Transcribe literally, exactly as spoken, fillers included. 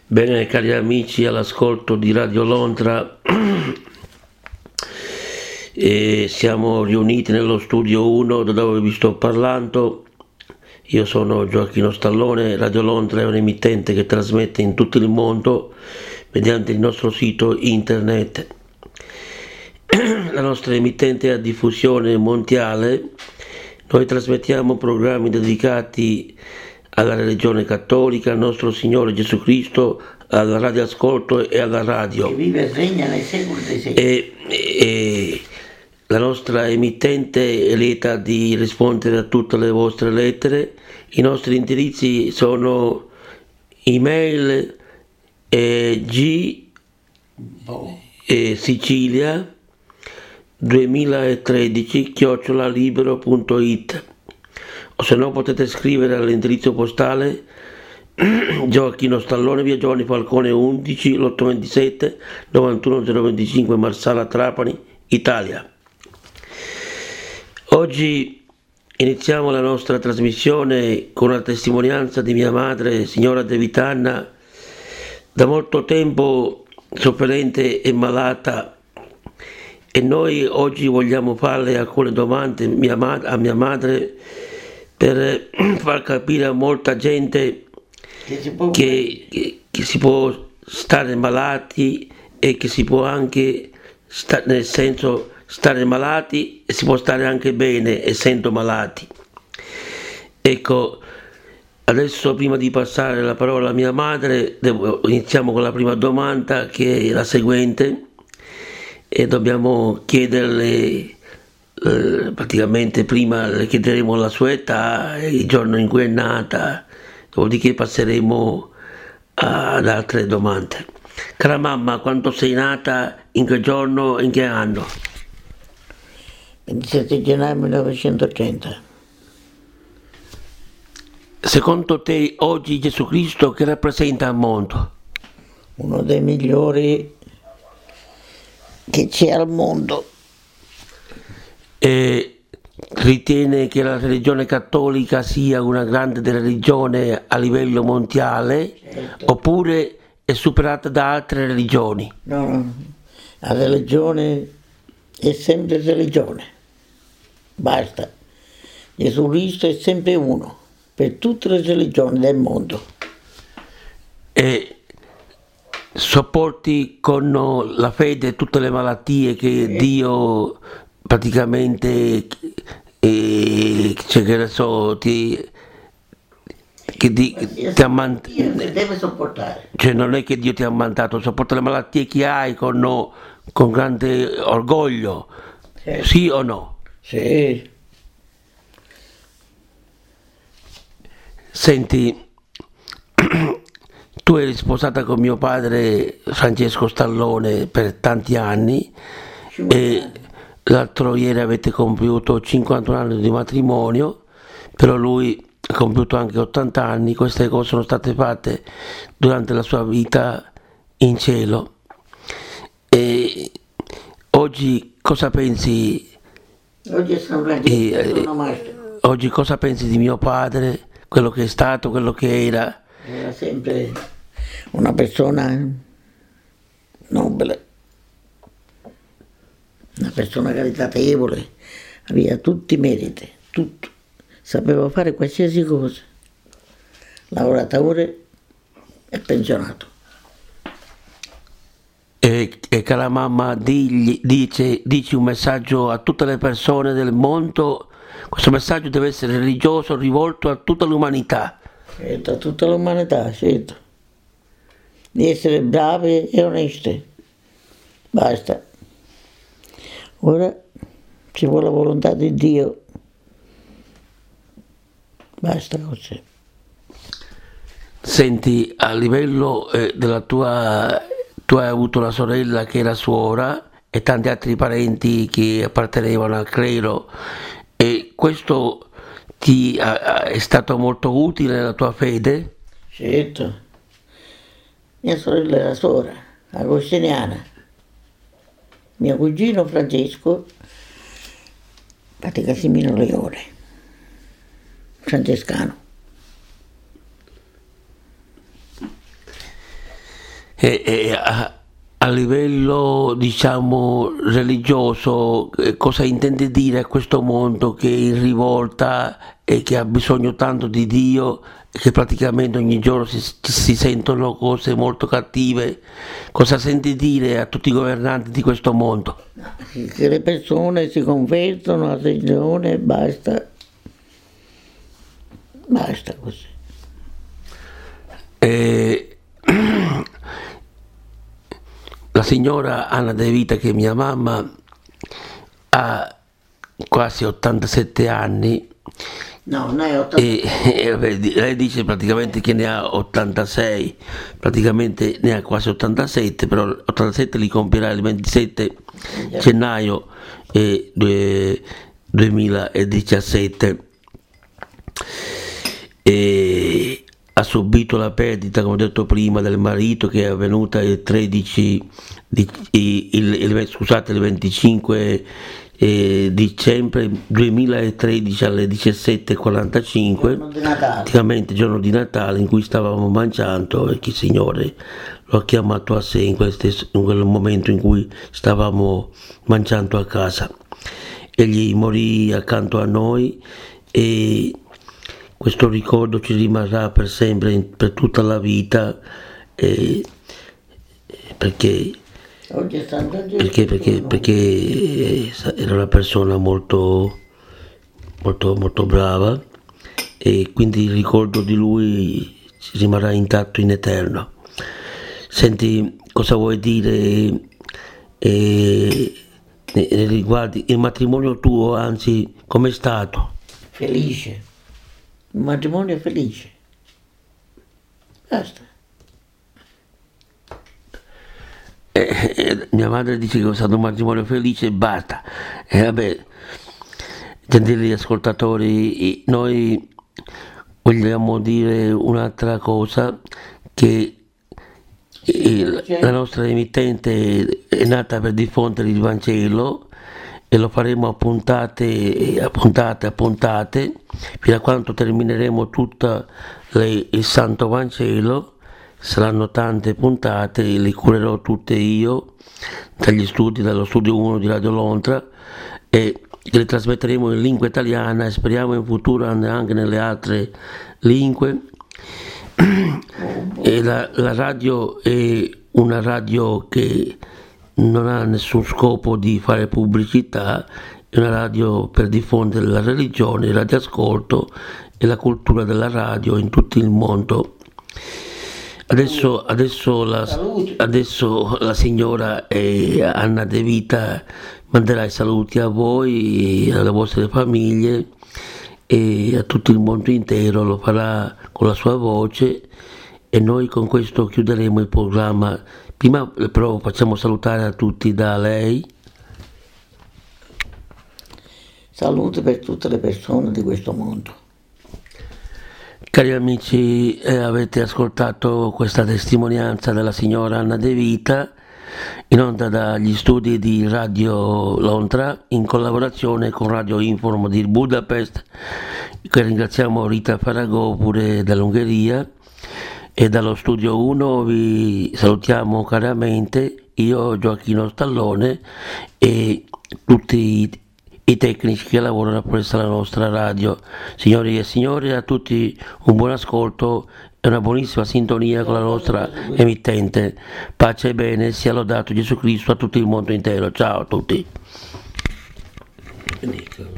Bene, cari amici all'ascolto di Radio Londra, e siamo riuniti nello studio uno da dove vi sto parlando. Io sono Gioacchino Stallone. Radio Londra è un emittente che trasmette in tutto il mondo mediante il nostro sito internet. La nostra emittente è a diffusione mondiale. Noi trasmettiamo programmi dedicati alla religione cattolica, al nostro Signore Gesù Cristo, al radioascolto e alla radio. Che vive e regna nei secoli dei secoli. E, e la nostra emittente è lieta di rispondere a tutte le vostre lettere. I nostri indirizzi sono email eh, g Oh. eh, Sicilia duemilatredici chiocciola libero punto it, o se no potete scrivere all'indirizzo postale Gioacchino Stallone, via Giovanni Falcone undici, l'otto ventisette novantuno zero venticinque, Marsala, Trapani, Italia. Oggi iniziamo la nostra trasmissione con la testimonianza di mia madre, signora De Vitanna, da molto tempo sofferente e malata, e noi oggi vogliamo farle alcune domande mia ma- a mia madre per far capire a molta gente Che si può che, che, che si può stare malati e che si può anche, sta, nel senso, stare malati e si può stare anche bene essendo malati. Ecco, adesso prima di passare la parola a mia madre, devo, iniziamo con la prima domanda, che è la seguente, e dobbiamo chiederle, eh, praticamente prima le chiederemo la sua età, il giorno in cui è nata, dopodiché passeremo ad altre domande. Cara mamma, quando sei nata, in che giorno, in che anno? ventisette gennaio millenovecentotrenta. Secondo te oggi Gesù Cristo che rappresenta al mondo? Uno dei migliori che c'è al mondo. E ritiene che la religione cattolica sia una grande religione a livello mondiale, Certo. oppure è superata da altre religioni? No, no. La religione è sempre religione. Basta. Gesù Cristo è sempre uno per tutte le religioni del mondo. E sopporti con la fede tutte le malattie che Sì. Dio praticamente, eh, cioè, che ne so, ti, che di, ti ha man- Dio deve sopportare. cioè non è che Dio ti ha mandato, sopporta le malattie che hai con, con grande orgoglio, Sì. sì o no? Sì. Senti, tu eri sposata con mio padre Francesco Stallone per tanti anni e l'altro ieri avete compiuto cinquantuno anni di matrimonio, però lui ha compiuto anche ottanta anni. Queste cose sono state fatte durante la sua vita in cielo. E oggi cosa pensi? Oggi è San Francesco, è un omaggio. Oggi cosa pensi di mio padre, quello che è stato, quello che era? Era sempre una persona nobile, una persona caritatevole, aveva tutti i meriti, tutto, sapeva fare qualsiasi cosa, lavoratore e pensionato. E, e cara mamma, digli, dice, dici un messaggio a tutte le persone del mondo. Questo messaggio deve essere religioso, rivolto a tutta l'umanità. Certo, a tutta l'umanità, certo. Di essere bravi e onesti. Basta. Ora ci vuole la volontà di Dio. Basta così. Senti, a livello eh, della tua... Tu hai avuto una sorella che era suora e tanti altri parenti che appartenevano al clero, e questo ti ha, è stato molto utile nella tua fede? Certo. Mia sorella era suora, agostiniana. Mio cugino Francesco, Catecasimino Leone, francescano. E, e a, a livello, diciamo, religioso, eh, cosa intende dire a questo mondo che è in rivolta e che ha bisogno tanto di Dio e che praticamente ogni giorno si, si sentono cose molto cattive? Cosa sente dire a tutti i governanti di questo mondo? Che le persone si convertono alla religione e basta. Basta così. E, la signora Anna De Vita, che è mia mamma, ha quasi ottantasette anni. No, non è ottantasette. E, e lei dice praticamente che ne ha ottantasei, praticamente ne ha quasi ottantasette, però ottantasette li compierà il ventisette gennaio eh, duemiladiciassette. E ha subito la perdita, come ho detto prima, del marito, che è avvenuta il tredici di, il, il, scusate, il venticinque eh, dicembre duemilatredici alle diciassette e quarantacinque, praticamente giorno di Natale, in cui stavamo mangiando e che il Signore lo ha chiamato a sé in, queste, in quel momento in cui stavamo mangiando a casa. Egli morì accanto a noi e questo ricordo ci rimarrà per sempre, per tutta la vita, eh, perché, perché, perché, perché era una persona molto, molto, molto brava, e quindi il ricordo di lui ci rimarrà intatto in eterno. Senti, cosa vuoi dire eh, nei riguardi il matrimonio tuo, anzi, com'è stato? Felice. Un matrimonio felice. Basta. Eh, eh, mia madre dice che è stato un matrimonio felice e basta. E eh, vabbè, gentili ascoltatori, noi vogliamo dire un'altra cosa, che il, la nostra emittente è nata per diffondere il Vangelo, e lo faremo a puntate, a puntate, a puntate, fino a quando termineremo tutto il Santo Vangelo. Saranno tante puntate, le curerò tutte io, dagli studi, dallo studio uno di Radio Lontra, e le trasmetteremo in lingua italiana e speriamo in futuro anche nelle altre lingue. E la, la radio è una radio che non ha nessun scopo di fare pubblicità, è una radio per diffondere la religione, il radioascolto e la cultura della radio in tutto il mondo. Adesso, adesso, la, adesso la signora eh, Anna De Vita manderà i saluti a voi, alle vostre famiglie e a tutto il mondo intero, lo farà con la sua voce, e noi con questo chiuderemo il programma. Prima però facciamo salutare a tutti da lei. Saluti per tutte le persone di questo mondo. Cari amici, eh, avete ascoltato questa testimonianza della signora Anna De Vita, in onda dagli studi di Radio Lontra, in collaborazione con Radio Inform di Budapest, che ringraziamo Rita Faragopure dall'Ungheria. E dallo studio uno vi salutiamo caramente, io, Gioacchino Stallone, e tutti i, i tecnici che lavorano presso la nostra radio. Signori e signori, a tutti un buon ascolto e una buonissima sintonia con la nostra emittente. Pace e bene, sia lodato Gesù Cristo a tutto il mondo intero. Ciao a tutti.